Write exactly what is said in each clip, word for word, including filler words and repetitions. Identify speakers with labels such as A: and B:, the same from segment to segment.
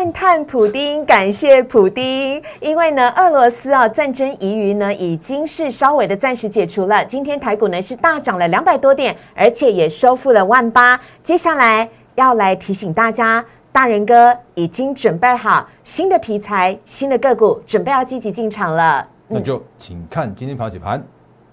A: 赞叹普丁，感谢普丁，因为呢，俄罗斯啊战争疑云呢已经是稍微的暂时解除了。今天台股呢是大涨了两百多点，而且也收复了万八。接下来要来提醒大家，大人哥已经准备好新的题材、新的个股，准备要积极进场了。嗯、
B: 那就请看今天盘解盘。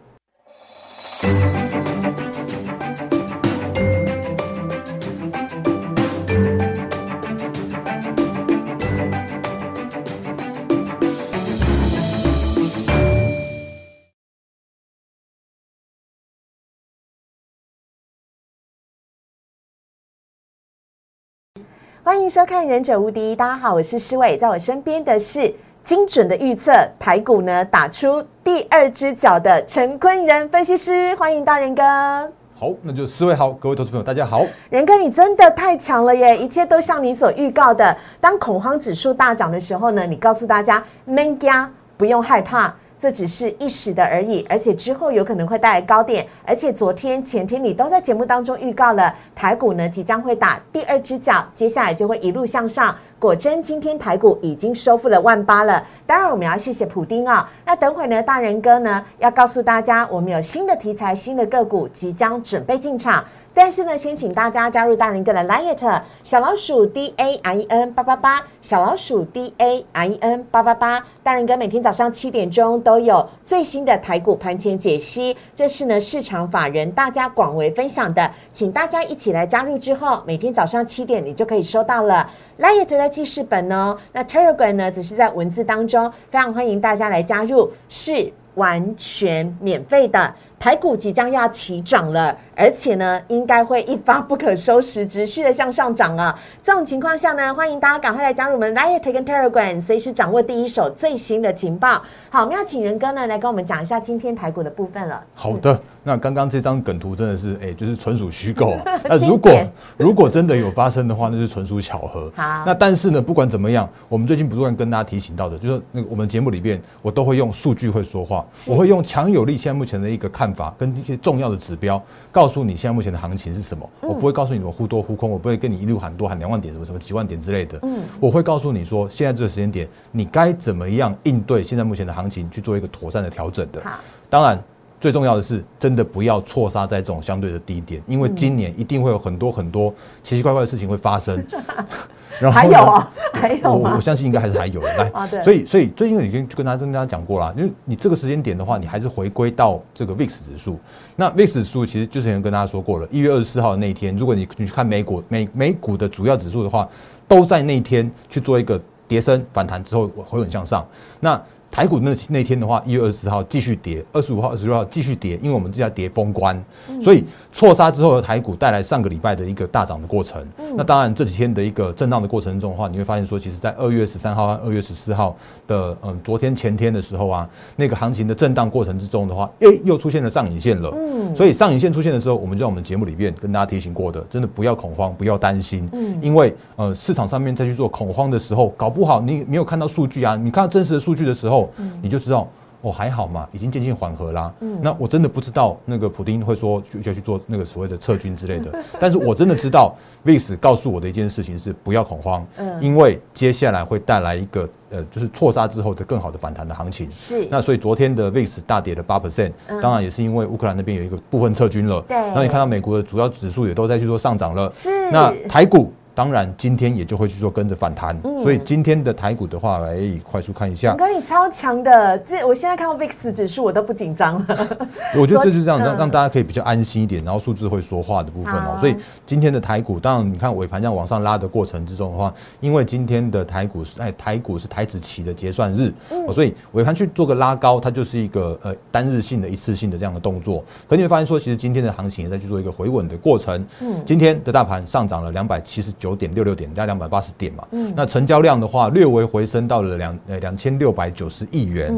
A: 欢迎收看《忍者无敌》，大家好，我是诗伟，在我身边的是精准的预测，台股呢打出第二只脚的陈坤仁分析师，欢迎大人哥。
B: 好，那就四位好，各位投资朋友大家好。
A: 仁哥，你真的太强了耶！一切都像你所预告的，当恐慌指数大涨的时候呢，你告诉大家免惊，不用害怕。这只是一时的而已，而且之后有可能会带来高点，而且昨天、前天你都在节目当中预告了台股呢即将会打第二只脚，接下来就会一路向上。果真，今天台股已经收复了万八了。当然，我们要谢谢普丁啊、哦。那等会呢，大人哥呢要告诉大家，我们有新的题材、新的个股即将准备进场。但是呢，先请大家加入大人哥的 Line 小老鼠 D A I N 八八八，小老鼠 D A I N 八八八。大人哥每天早上七点钟都有最新的台股盘前解析，这是呢市场法人大家广为分享的，请大家一起来加入之后，每天早上七点你就可以收到了 Line 的记事本哦。那 Telegram 呢，只是在文字当中，非常欢迎大家来加入，是完全免费的。台股即将要起涨了，而且呢，应该会一发不可收拾，持续的向上涨啊！这种情况下呢，欢迎大家赶快来加入我们 Line 跟 Telegram， 随时掌握第一手最新的情报。好，我们要请仁哥呢来跟我们讲一下今天台股的部分了。
B: 好的，嗯、那刚刚这张梗图真的是，哎、欸，就是纯属虚构。那如果如果真的有发生的话，那是纯属巧合。
A: 好，
B: 那但是呢，不管怎么样，我们最近不断跟大家提醒到的，就是那个我们节目里面，我都会用数据会说话，我会用强有力现在目前的一个看法跟一些重要的指标，告诉你现在目前的行情是什么。嗯、我不会告诉你怎么忽多忽空，我不会跟你一路喊多喊两万点什么什么几万点之类的。嗯，我会告诉你说，现在这个时间点，你该怎么样应对现在目前的行情，去做一个妥善的调整的。好，当然。最重要的是，真的不要错杀在这种相对的低点，因为今年一定会有很多很多奇奇怪怪的事情会发生。
A: 然后还有啊，还有吗？
B: 我我相信应该还是还有的。来，
A: 啊、
B: 所以所以最近已经跟大家跟大家讲过了，因为你这个时间点的话，你还是回归到这个 V I X 指数。那 V I X 指数其实之前跟大家说过了，一月二十四号的那一天，如果你你去看美股美美股的主要指数的话，都在那一天去做一个跌升反弹之后回稳向上。那台股那那天的话，一月二十四号继续跌，二十五号、二十六号继续跌，因为我们这家跌封关，嗯、所以错杀之后的台股带来上个礼拜的一个大涨的过程。嗯、那当然这几天的一个震荡的过程中的话，你会发现说，其实在二月十三号和二月十四号的嗯昨天前天的时候啊，那个行情的震荡过程之中的话，哎、欸、又出现了上影线了。嗯，所以上影线出现的时候，我们就在我们节目里面跟大家提醒过的，真的不要恐慌，不要担心。嗯，因为呃市场上面再去做恐慌的时候，搞不好你没有看到数据啊，你看到真实的数据的时候，嗯、你就知道。哦，还好嘛，已经渐渐缓和啦。嗯，那我真的不知道那个普丁会说要去做那个所谓的撤军之类的，但是我真的知道 V I X 告诉我的一件事情是不要恐慌，嗯，因为接下来会带来一个呃，就是错杀之后的更好的反弹的行情。
A: 是，
B: 那所以昨天的 V I X 大跌了八 percent， 当然也是因为乌克兰那边有一个部分撤军了。对，那你看到美国的主要指数也都在去做上涨了。是，那台股。当然，今天也就会去做跟着反弹，嗯、所以今天的台股的话，来快速看一下。
A: 哥，你超强的，这我现在看到 V I X 指数我都不紧张了。
B: 我觉得这就是这样，让、嗯、让大家可以比较安心一点，然后数字会说话的部分哦。所以今天的台股，当然你看尾盘这样往上拉的过程之中的话，因为今天的台股是哎台股是台指期的结算日，嗯、所以尾盘去做个拉高，它就是一个呃单日性的一次性的这样的动作。可你会发现说，其实今天的行情也在去做一个回稳的过程。嗯，今天的大盘上涨了两百七十九。九点六六点，大概两百八十点嘛。嗯，那成交量的话，略微回升到了两呃两千六百九十亿元。嗯，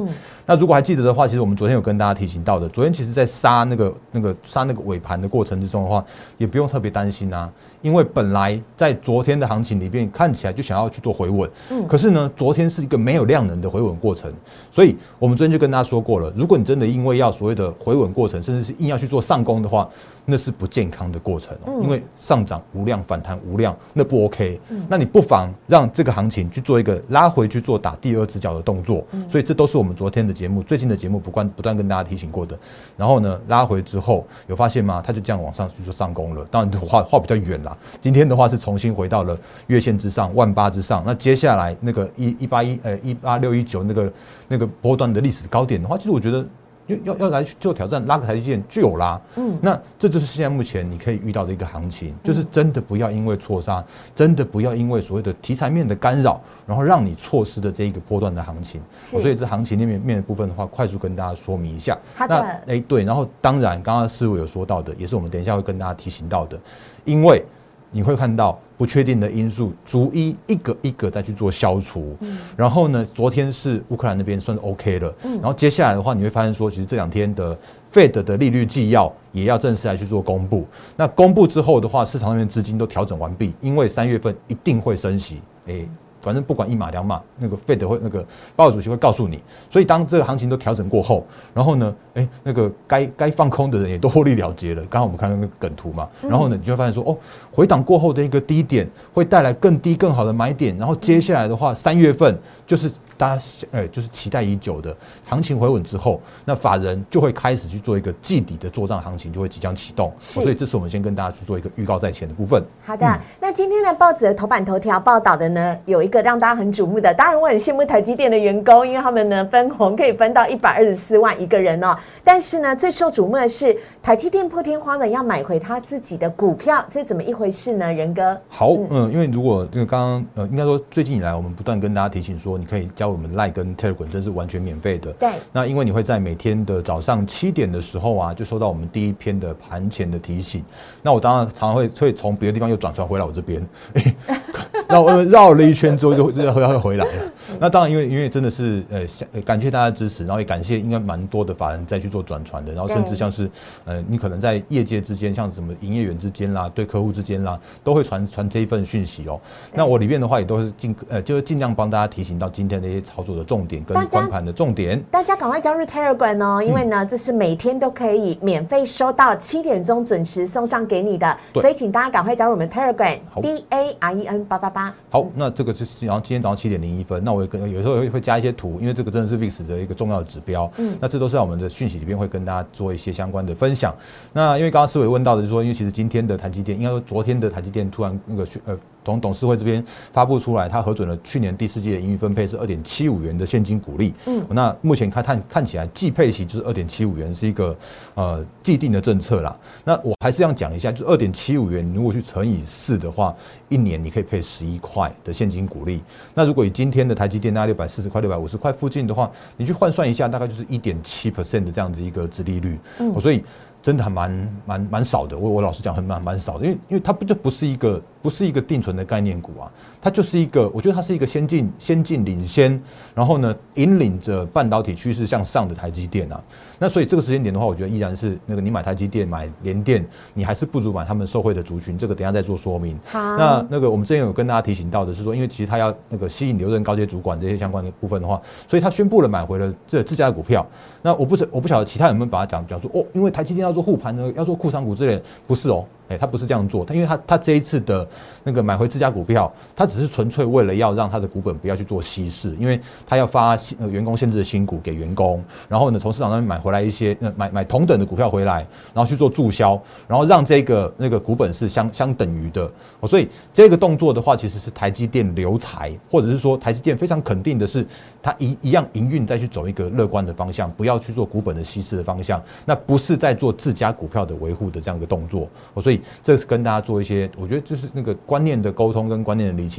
B: 那如果还记得的话，其实我们昨天有跟大家提醒到的，昨天其实在杀那个那个杀那个尾盘的过程之中的话，也不用特别担心啊。因为本来在昨天的行情里面看起来就想要去做回稳，嗯，可是呢，昨天是一个没有量能的回稳过程，所以我们昨天就跟大家说过了，如果你真的因为要所谓的回稳过程，甚至是硬要去做上攻的话，那是不健康的过程哦，嗯，因为上涨无量，反弹无量，那不 OK，嗯，那你不妨让这个行情去做一个拉回去做打第二只脚的动作，嗯，所以这都是我们昨天的节目、最近的节目不断不断跟大家提醒过的。然后呢，拉回之后有发现吗？它就这样往上去做上攻了，当然画画比较远啦。今天的话是重新回到了月线之上，万八之上。那接下来那个一一八一呃一八六一九那个那个波段的历史高点的话，其实我觉得要要要来做挑战，拉个台积电就有拉。嗯，那这就是现在目前你可以遇到的一个行情，就是真的不要因为错杀，真的不要因为所谓的题材面的干扰，然后让你错失的这一个波段的行情。所以这行情面面的部分的话，快速跟大家说明一下。
A: 好的。
B: 那哎、欸、对，然后当然刚刚师傅有说到的，也是我们等一下会跟大家提醒到的，因为你会看到不确定的因素逐一一个一个再去做消除，嗯，然后呢，昨天是乌克兰那边算是 OK 了，嗯，然后接下来的话，你会发现说，其实这两天的 Fed 的利率纪要也要正式来去做公布。那公布之后的话，市场上面资金都调整完毕，因为三月份一定会升息，哎、欸。反正不管一码两码，那个 Fed 会那个鲍尔主席会告诉你。所以当这个行情都调整过后，然后呢，哎、欸，那个该该放空的人也都获利了结了。刚刚我们看那个梗图嘛，然后呢，你就会发现说，哦，回档过后的一个低点会带来更低更好的买点，然后接下来的话，三月份就是大家哎、欸、就是期待已久的行情回稳之后，那法人就会开始去做一个季底的做账行情，就会即将启动。所以这是我们先跟大家去做一个预告在前的部分。
A: 好的，嗯、那今天的报纸的头版头条报道的呢，有一个让大家很瞩目的，当然我很羡慕台积电的员工，因为他们呢分红可以分到一百二十四万一个人哦。但是呢，最受瞩目的是台积电破天荒的要买回他自己的股票，这怎么一回事呢？仁哥，
B: 好，嗯，嗯因为如果这个刚刚呃，应该说最近以来，我们不断跟大家提醒说，你可以加入我们 Line 跟 Telegram， 这是完全免费的。
A: 对，
B: 那因为你会在每天的早上七点的时候啊，就收到我们第一篇的盘前的提醒。那我当然常常会会从别的地方又转传回来我这边。那我绕了一圈之后就就又回来了。那当然，因为因为真的是呃感谢大家的支持，然后也感谢应该蛮多的法人再去做转传的，然后甚至像是呃你可能在业界之间，像什么营业员之间啦、对客户之间啦，都会传传这一份讯息哦。那我里面的话也都是尽呃就是尽量帮大家提醒到今天的一些操作的重点跟观盘的重点。
A: 大家赶快加入 Telegram 哦，因为呢、嗯、这是每天都可以免费收到，七点钟准时送上给你的，所以请大家赶快加入我们 Telegram D A R E N 八八八。
B: 好，那这个是然后今天早上七点零一分，那我有时候会加一些图，因为这个真的是 V I X 的一个重要的指标。嗯，那这都是在我们的讯息里面会跟大家做一些相关的分享。那因为刚刚思伟问到的就是说，因为其实今天的台积电，应该说昨天的台积电突然那个呃。从董事会这边发布出来，他核准了去年第四季的盈余分配是二点七五元的现金股利。嗯，那目前看看看起来季配息就是二点七五元，是一个呃既定的政策啦。那我还是要讲一下，就二点七五元，如果去乘以四的话，一年你可以配十一块的现金股利。那如果以今天的台积电大概六百四十块、六百五十块附近的话，你去换算一下，大概就是一点七 percent 的这样子一个殖利率。嗯，所以。真的还蛮蛮蛮少的，我我老实讲很蛮蛮少的，因为因为它不就不是一个不是一个定存的概念股啊，它就是一个，我觉得它是一个先进先进领先，然后呢引领着半导体趋势向上的台积电啊。那所以这个时间点的话，我觉得依然是那个你买台积电、买联电，你还是不如买他们受惠的族群。这个等一下再做说明。
A: 好，
B: 那那个我们之前有跟大家提醒到的是说，因为其实他要那个吸引留任高阶主管这些相关的部分的话，所以他宣布了买回了这自家的股票。那我不是我不晓得其他人有没有把它讲讲说哦，因为台积电要做护盘呢，要做库藏股之类的，不是哦。哎、欸，他不是这样做，他因为他他这一次的那个买回自家股票，他只是纯粹为了要让他的股本不要去做稀释，因为他要发呃员工限制的新股给员工，然后呢从市场上面买回来一些呃买买同等的股票回来，然后去做注销，然后让这个那个股本是相相等于的、哦，所以这个动作的话，其实是台积电留才，或者是说台积电非常肯定的是，他一一样营运再去走一个乐观的方向，不要去做股本的稀释的方向，那不是在做自家股票的维护的这样一个动作，哦，所以。这是跟大家做一些，我觉得就是那个观念的沟通跟观念的厘清，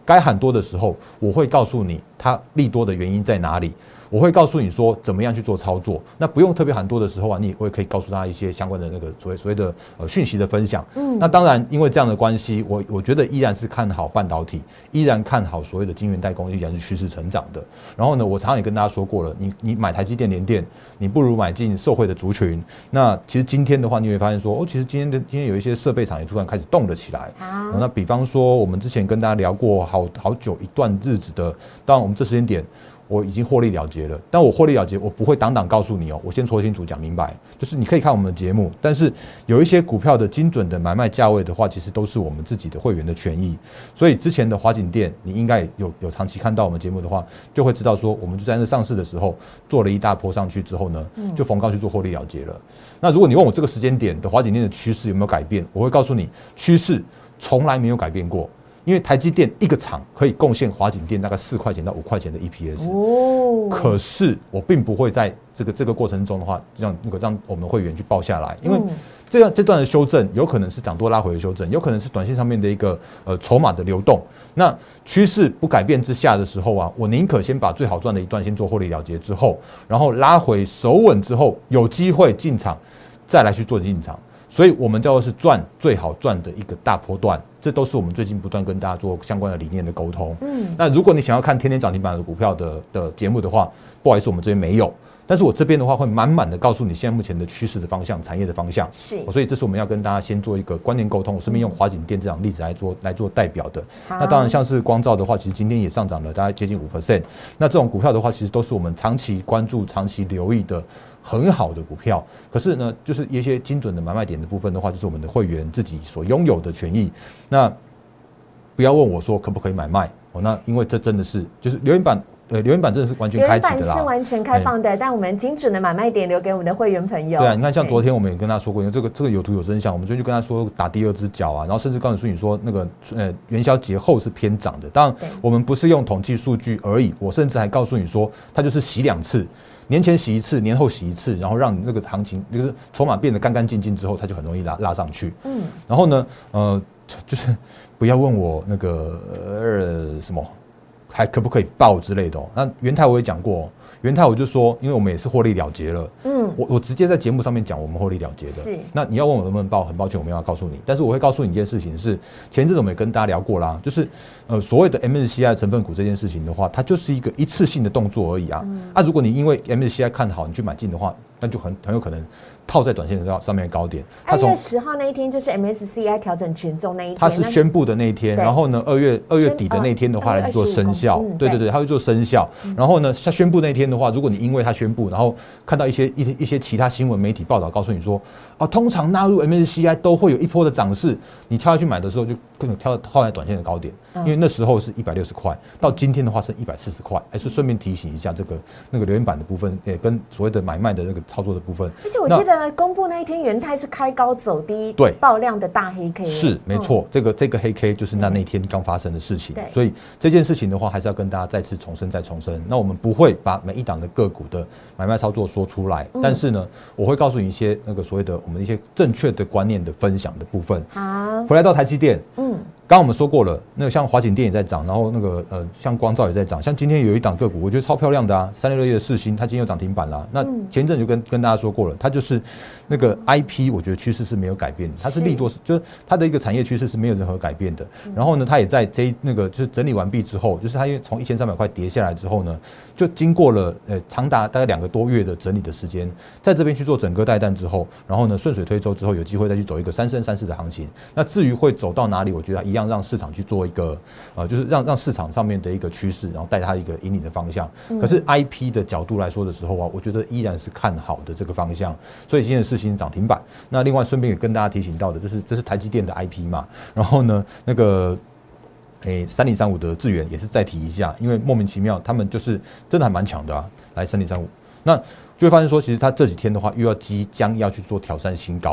B: 该喊多的时候，我会告诉你它利多的原因在哪里。我会告诉你说怎么样去做操作，那不用特别喊多的时候啊，你也会可以告诉他一些相关的那个所谓所谓的呃讯息的分享。嗯，那当然因为这样的关系，我我觉得依然是看好半导体，依然看好所谓的晶圆代工，依然是趋势成长的。然后呢，我常常也跟大家说过了，你你买台积电、联电，你不如买进受惠的族群。那其实今天的话，你会发现说，哦，其实今天的今天有一些设备厂也突然开始动了起来。啊、哦，那比方说我们之前跟大家聊过好好久一段日子的，当然我们这时间点。我已经获利了结了，但我获利了结，我不会挡挡告诉你哦。我先说清楚讲明白，就是你可以看我们的节目，但是有一些股票的精准的买卖价位的话，其实都是我们自己的会员的权益。所以之前的华景店，你应该有有长期看到我们节目的话，就会知道说，我们就在那上市的时候做了一大波上去之后呢，就逢高去做获利了结了。那如果你问我这个时间点的华景店的趋势有没有改变，我会告诉你，趋势从来没有改变过。因为台积电一个厂可以贡献华景电大概四块钱到五块钱的 E P S， 哦，可是我并不会在这个这个过程中的话，让那个让我们的会员去报下来，因为这样这段的修正有可能是涨多拉回的修正，有可能是短线上面的一个呃筹码的流动。那趋势不改变之下的时候啊，我宁可先把最好赚的一段先做获利了结之后，然后拉回守稳之后，有机会进场再来去做进场。所以我们叫做是赚最好赚的一个大波段，这都是我们最近不断跟大家做相关的理念的沟通。嗯，那如果你想要看天天涨停板的股票的的节目的话，不好意思，我们这边没有。但是我这边的话会满满的告诉你现在目前的趋势的方向、产业的方向。是，所以这是我们要跟大家先做一个观念沟通。我顺便用华景电这样例子来做来做代表的。那当然像是光罩的话，其实今天也上涨了大概接近 百分之五。那这种股票的话，其实都是我们长期关注、长期留意的很好的股票。可是呢，就是一些精准的买卖点的部分的话，就是我们的会员自己所拥有的权益。那不要问我说可不可以买卖哦，那因为这真的是就是留言板。对，留言板真的是完全开启的啦，留言板
A: 是完全开放的，欸、但我们精准的买卖点留给我们的会员朋友。
B: 对啊，你看像昨天我们也跟他说过，因为这个这个有图有真相，我们昨天就跟他说打第二只脚啊，然后甚至告诉你说那个呃元宵节后是偏涨的。当然我们不是用统计数据而已，我甚至还告诉你说它就是洗两次。年前洗一次，年后洗一次，然后让你这个行情就是筹码变得干干净净之后，它就很容易拉拉上去。嗯，然后呢，呃，就是不要问我那个呃什么。还可不可以报之类的哦？那元泰我也讲过、哦，元泰我就说，因为我们也是获利了结了，嗯，我我直接在节目上面讲我们获利了结的。是，那你要问我能不能报，很抱歉我没有要告诉你，但是我会告诉你一件事情是，前阵子我们也跟大家聊过啦，就是呃所谓的 M S C I 成分股这件事情的话，它就是一个一次性的动作而已啊。嗯、啊，如果你因为 M S C I 看好你去买进的话，那就很很有可能。套在短线的上面的高点，
A: 二月十号那一天就是 M S C I 调整权重那一天，
B: 它是宣布的那一天。然后呢，二月二月底的那一天的话来做生效，嗯、对对对，它会做生效。嗯、然后呢，它宣布那一天的话，如果你因为它宣布，然后看到一些一一些其他新闻媒体报道，告诉你说，啊，通常纳入 M S C I 都会有一波的涨势，你跳下去买的时候就可能跳套在短线的高点，嗯、因为那时候是一百六十块，到今天的话是一百四十块。还是顺便提醒一下这个那个留言板的部分，也跟所谓的买卖的那个操作的部分。
A: 而且我记得公布那一天。元泰是开高走低，对，爆量的大黑 K
B: 是没错，嗯、这个这个黑 K 就是那那天刚发生的事情，所以这件事情的话，还是要跟大家再次重申再重申。那我们不会把每一档的个股的买卖操作说出来，嗯、但是呢，我会告诉你一些那个所谓的我们一些正确的观念的分享的部分。好，回来到台积电，嗯。刚刚我们说过了，那个像华景电也在涨，然后那个呃像光罩也在涨，像今天有一档个股，我觉得超漂亮的啊，三六六一的世芯，它今天有涨停板啦。那前阵就跟跟大家说过了，它就是那个 I P， 我觉得趋势是没有改变的，它是利多，就是它的一个产业趋势是没有任何改变的。然后呢，它也在这那个就是整理完毕之后，就是它因为从一千三百块跌下来之后呢，就经过了呃长达大概两个多月的整理的时间，在这边去做整个带弹之后，然后呢顺水推舟之后，有机会再去走一个三升三市的行情。那至于会走到哪里，我觉得一样让市场去做一个呃，就是让让市场上面的一个趋势，然后带它一个引领的方向。可是 I P 的角度来说的时候啊，我觉得依然是看好的这个方向。所以今天的世芯涨停板。那另外顺便也跟大家提醒到的，这是这是台积电的 I P 嘛，然后呢那个。诶，三零三五的智原也是再提一下，因为莫名其妙，他们就是真的还蛮强的啊。来三零三五，那就会发现说，其实他这几天的话，又要即将要去做挑战新高了。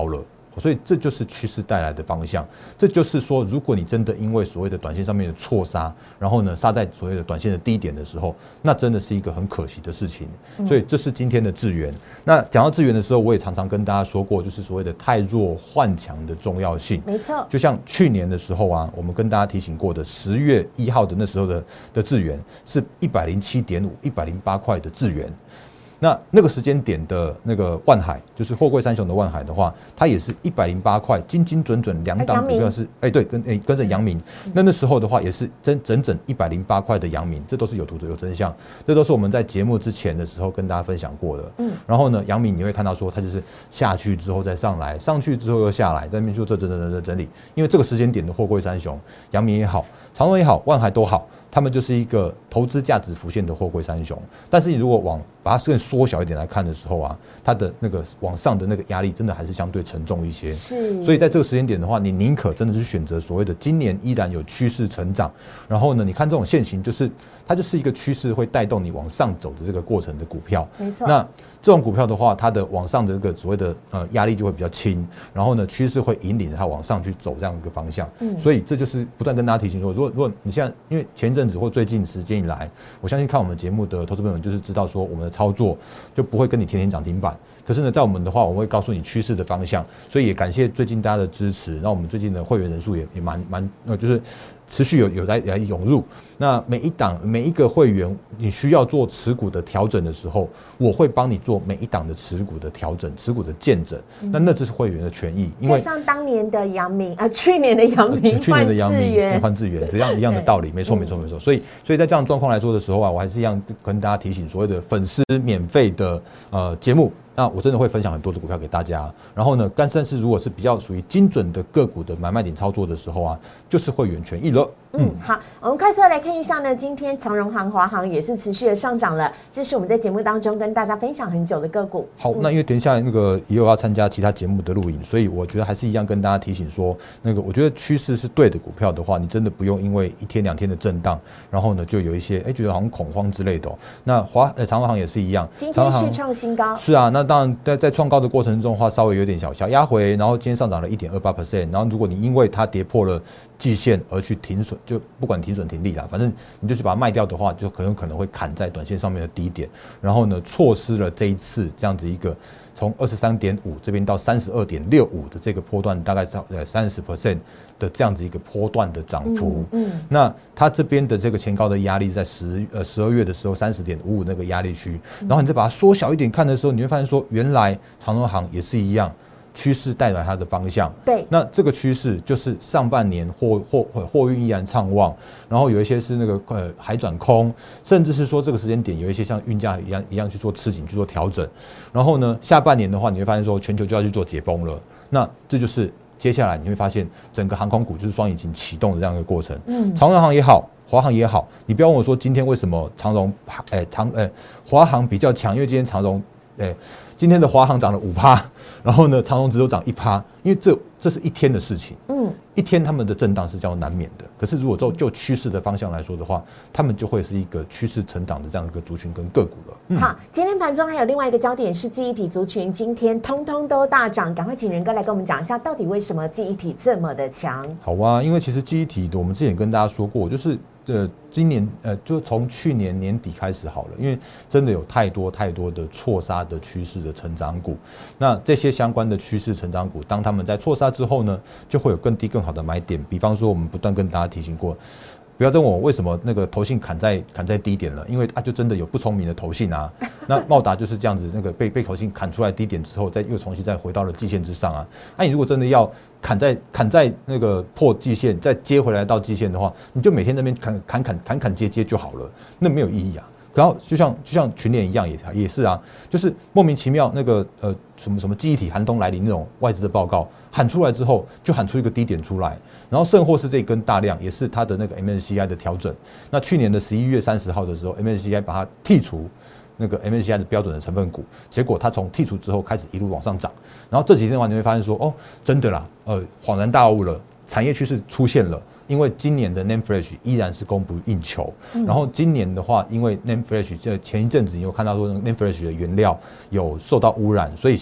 B: 所以这就是趋势带来的方向。这就是说，如果你真的因为所谓的短线上面的错杀，然后呢杀在所谓的短线的低点的时候，那真的是一个很可惜的事情。所以这是今天的智原。那讲到智原的时候，我也常常跟大家说过，就是所谓的太弱换强的重要性。
A: 没错，
B: 就像去年的时候啊，我们跟大家提醒过的，十月一号的那时候的的智原是一百零七点五、一百零八块的智原。那那个时间点的那个万海，就是货柜三雄的万海的话，它也是一百零八块，精精准准两档股票是，哎、欸、对，跟哎、欸、跟着阳明。那那时候的话，也是真整整一百零八块的阳明，这都是有图有真相，这都是我们在节目之前的时候跟大家分享过的。嗯，然后呢，阳明你会看到说，它就是下去之后再上来，上去之后又下来，在那边做这整整整整整理。因为这个时间点的货柜三雄，阳明也好，长荣也好，万海都好。他们就是一个投资价值浮现的货柜三雄，但是你如果往把它更缩小一点来看的时候啊，它的那个往上的那个压力真的还是相对沉重一些。
A: 是，
B: 所以在这个时间点的话，你宁可真的是选择所谓的今年依然有趋势成长，然后呢，你看这种现形就是它就是一个趋势会带动你往上走的这个过程的股票。
A: 没错。
B: 那这种股票的话，它的往上的这个所谓的呃压力就会比较轻，然后呢趋势会引领它往上去走这样一个方向。嗯，所以这就是不断跟大家提醒说，如果如果你现在因为前一阵子或最近时间以来，我相信看我们节目的投资朋友就是知道说我们的操作就不会跟你天天涨停板。可是呢，在我们的话，我们会告诉你趋势的方向，所以也感谢最近大家的支持。那我们最近的会员人数也也蛮蛮呃，就是持续有有来来涌入。那每一档每一个会员，你需要做持股的调整的时候，我会帮你做每一档的持股的调整、持股的见证。那那这是会员的权益，因为
A: 就像当年的阳明啊，去年的阳明，
B: 去年的阳明换智原，这样一样的道理，没错没错没错。所以所以在这样状况来说的时候啊，我还是一样跟大家提醒，所谓的粉丝免费的呃节目。那我真的会分享很多的股票给大家，然后呢，但是如果是比较属于精准的个股的买卖点操作的时候啊，就是会员权益了。
A: 嗯，好，我们快速来看一下呢，今天长荣航、华航也是持续的上涨了，这是我们在节目当中跟大家分享很久的个股。
B: 好，那因为等一下那个也有要参加其他节目的录影，所以我觉得还是一样跟大家提醒说，那个我觉得趋势是对的股票的话，你真的不用因为一天两天的震荡，然后呢就有一些哎、欸、觉得好像恐慌之类的、哦。那华呃长荣航也是一样，
A: 今天是创新高。
B: 是啊，那当然在在创高的过程中的话，稍微有点小小压回，然后今天上涨了 百分之一点二八， 然后如果你因为它跌破了季线而去停损，就不管停损停利啦，反正你就去把它卖掉的话，就很有可能会砍在短线上面的低点，然后呢错失了这一次这样子一个从 二十三点五 这边到 三十二点六五 的这个波段，大概是 百分之三十 的这样子一个波段的涨幅。嗯，嗯那它这边的这个前高的压力在十呃十二月的时候 三十点五五 那个压力区，然后你再把它缩小一点看的时候，你会发现说原来长荣航也是一样。趋势带来它的方向，
A: 对，
B: 那这个趋势就是上半年货货货运依然畅旺，然后有一些是那个呃海转空，甚至是说这个时间点有一些像运价一样一样去做吃紧去做调整，然后呢下半年的话你会发现说全球就要去做解封了，那这就是接下来你会发现整个航空股就是双引擎启动的这样一个过程，嗯，长荣航也好。华航也好，你不要问我说今天为什么长荣诶长诶华航比较强，因为今天长荣诶今天的华航涨了五趴，然后呢长荣只有涨一趴，因为这这是一天的事情，嗯，一天他们的震荡是叫难免的。可是如果就就趋势的方向来说的话，他们就会是一个趋势成长的这样一个族群跟个股了。嗯、
A: 好，今天盘中还有另外一个焦点是记忆体族群，今天通通都大涨，赶快请仁哥来跟我们讲一下，到底为什么记忆体这么的强？
B: 好啊，因为其实记忆体的我们之前跟大家说过，就是。呃，今年呃，就从去年年底开始好了，因为真的有太多太多的错杀的趋势的成长股，那这些相关的趋势成长股，当他们在错杀之后呢，就会有更低更好的买点。比方说，我们不断跟大家提醒过，不要再问我为什么那个投信砍在砍在低点了，因为啊，就真的有不聪明的投信啊。那茂达就是这样子，那个被被投信砍出来低点之后，再又重新再回到了季线之上啊。那、啊、你如果真的要砍在砍在那个破季线，再接回来到季线的话，你就每天那边砍砍砍砍砍接接就好了，那没有意义啊。然后就像就像群联一样也也是啊，就是莫名其妙那个呃什么什么记忆体寒冬来临那种外资的报告喊出来之后，就喊出一个低点出来，然后甚或是这一根大量也是它的那个 M S C I 的调整。那去年的十一月三十号的时候 ，M S C I 把它剔除。那个 M S C I 的标准的成分股，结果它从剔除之后开始一路往上涨，然后这几天的话你会发现说，哦，真的啦，呃，恍然大悟了，产业趋势出现了。因为今年的 NAND Flash 依然是供不应求，嗯、然后今年的话，因为 NAND Flash 这前一阵子你有看到说 NAND Flash 的原料有受到污染，所以像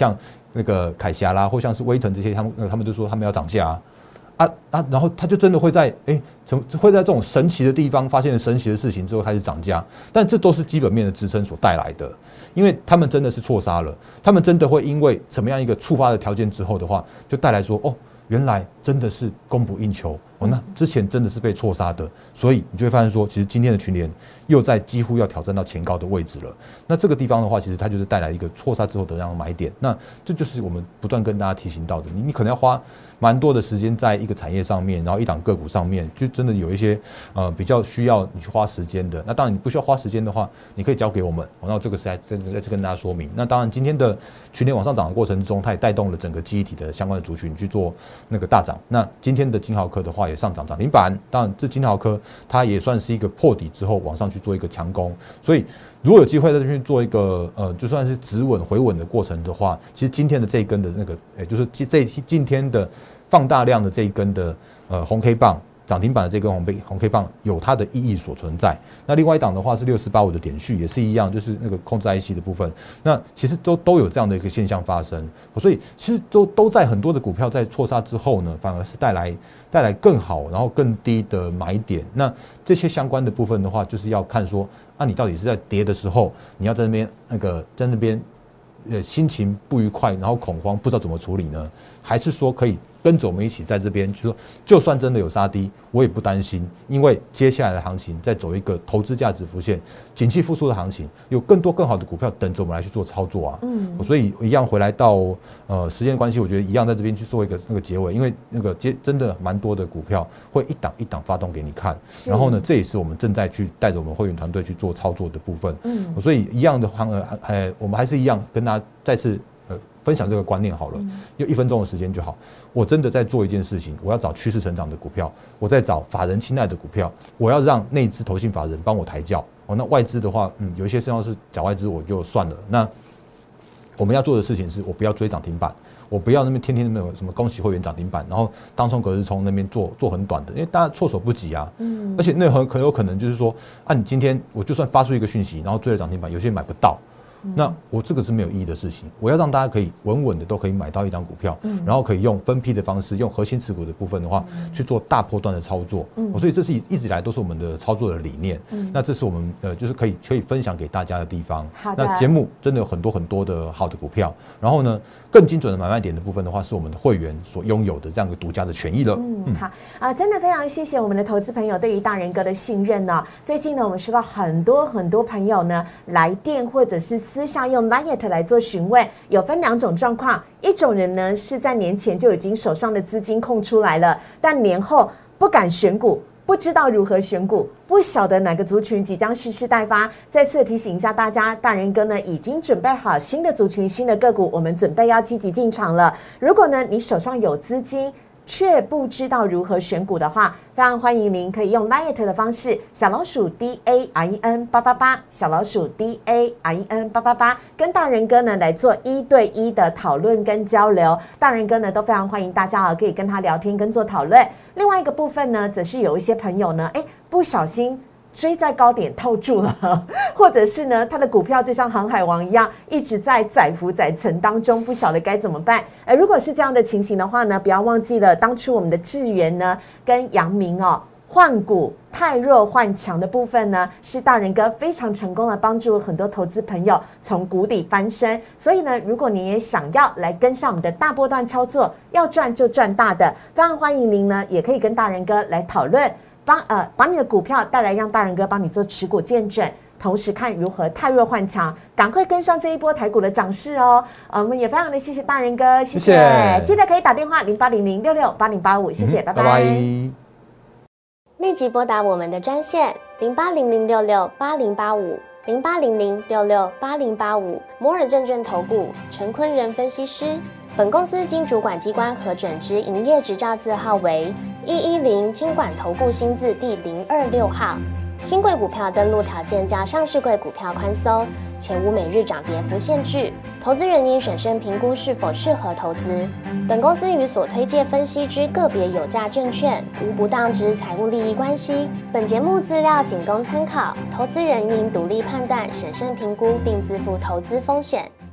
B: 那个凯霞啦，或像是威腾这些，他们、呃、他们就说他们要涨价啊。啊啊，然后他就真的会在哎，从会在这种神奇的地方发现神奇的事情之后开始涨价，但这都是基本面的支撑所带来的，因为他们真的是错杀了，他们真的会因为怎么样一个触发的条件之后的话，就带来说哦，原来真的是供不应求哦，那之前真的是被错杀的，所以你就会发现说，其实今天的群联又在几乎要挑战到前高的位置了。那这个地方的话，其实它就是带来一个错杀之后的这样的买点，那这就是我们不断跟大家提醒到的，你你可能要花蛮多的时间在一个产业上面，然后一档个股上面，就真的有一些呃比较需要你去花时间的。那当然你不需要花时间的话，你可以交给我们。然后这个是在在在这跟大家说明。那当然今天的群联往上涨的过程中，它也带动了整个记忆体的相关的族群去做那个大涨。那今天的金豪科的话也上涨涨停板，当然这金豪科它也算是一个破底之后往上去做一个强攻，所以如果有机会在这边做一个呃，就算是止稳回稳的过程的话，其实今天的这一根的那个，也就是这今天的放大量的这一根的呃红 K 棒涨停板的这根红 K 红 K 棒有它的意义所存在。那另外一档的话是六四八五的点序也是一样，就是那个控制 I C 的部分，那其实都都有这样的一个现象发生，所以其实都都在很多的股票在错杀之后呢，反而是带来带来更好然后更低的买点。那这些相关的部分的话，就是要看说。那、啊、你到底是在跌的时候，你要在那边那个在那边，呃，心情不愉快，然后恐慌，不知道怎么处理呢？还是说可以跟着我们一起在这边，就说就算真的有杀低，我也不担心，因为接下来的行情在走一个投资价值浮现、景气复苏的行情，有更多更好的股票等着我们来去做操作啊。嗯，所以一样回来到呃时间关系，我觉得一样在这边去做一个那个结尾，因为那个接真的蛮多的股票会一档一档发动给你看，然后呢，这也是我们正在去带着我们会员团队去做操作的部分。嗯，所以一样的行呃呃，我们还是一样跟大家再次呃分享这个观念好了，用一分钟的时间就好。我真的在做一件事情，我要找趋势成长的股票，我在找法人青睐的股票，我要让内资投信法人帮我抬轿。哦，那外资的话，嗯，有一些事情是找外资我就算了。那我们要做的事情是我不要追涨停板，我不要那边天天那种什么恭喜会员涨停板，然后当冲隔日冲那边做做很短的，因为大家措手不及啊。嗯，而且那很很有可能就是说，啊，你今天我就算发出一个讯息，然后追了涨停板，有些人买不到。那我这个是没有意义的事情，我要让大家可以稳稳的都可以买到一档股票，嗯，然后可以用分批的方式，用核心持股的部分的话，嗯，去做大波段的操作，嗯，所以这是一直以来都是我们的操作的理念，嗯，那这是我们呃就是可以可以分享给大家的地方。
A: 好的，
B: 那节目真的有很多很多的好的股票，然后呢，更精准的买卖点的部分的话，是我们的会员所拥有的这样一个独家的权益了。
A: 嗯，嗯好啊，呃，真的非常谢谢我们的投资朋友对于大人哥的信任呢，哦。最近呢，我们收到很多很多朋友呢来电或者是私下用 Line来做询问，有分两种状况，一种人呢是在年前就已经手上的资金空出来了，但年后不敢选股，不知道如何选股，不晓得哪个族群即将蓄势待发。再次提醒一下大家，大人哥呢已经准备好新的族群、新的个股，我们准备要积极进场了。如果呢你手上有资金，却不知道如何选股的话，非常欢迎您可以用 Line 的方式，小老鼠 D A R E N 八八八，小老鼠 D A R E N 八八八，跟大人哥呢来做一对一的讨论跟交流。大人哥呢都非常欢迎大家啊，可以跟他聊天跟做讨论。另外一个部分呢，则是有一些朋友呢，哎，不小心追在高点套住了，或者是呢，他的股票就像航海王一样，一直在载浮载沉当中，不晓得该怎么办。而如果是这样的情形的话呢，不要忘记了当初我们的智原呢跟阳明哦换股太弱换强的部分呢，是大人哥非常成功的帮助很多投资朋友从谷底翻身。所以呢，如果你也想要来跟上我们的大波段操作，要赚就赚大的，非常欢迎您呢，也可以跟大人哥来讨论。帮呃把你的股票带来，让大人哥帮你做持股见证，同时看如何太弱换强，赶快跟上这一波台股的涨势哦。呃、我们也非常的谢谢大人哥，谢谢。谢谢记得可以打电话零八零零六六八零八五，谢谢，嗯、拜拜。拜拜
C: 立即拨打我们的专线零八零零六六八零八五零八零零六六八零八五，摩尔证券投顾陈坤仁分析师。本公司经主管机关核准之营业执照字号为一一零金管投顾新字第零二六号。新贵股票登录条件较上市贵股票宽松，且无每日涨跌幅限制。投资人应审慎评估是否适合投资。本公司与所推介分析之个别有价证券无不当之财务利益关系。本节目资料仅供参考，投资人应独立判断、审慎评估并自负投资风险。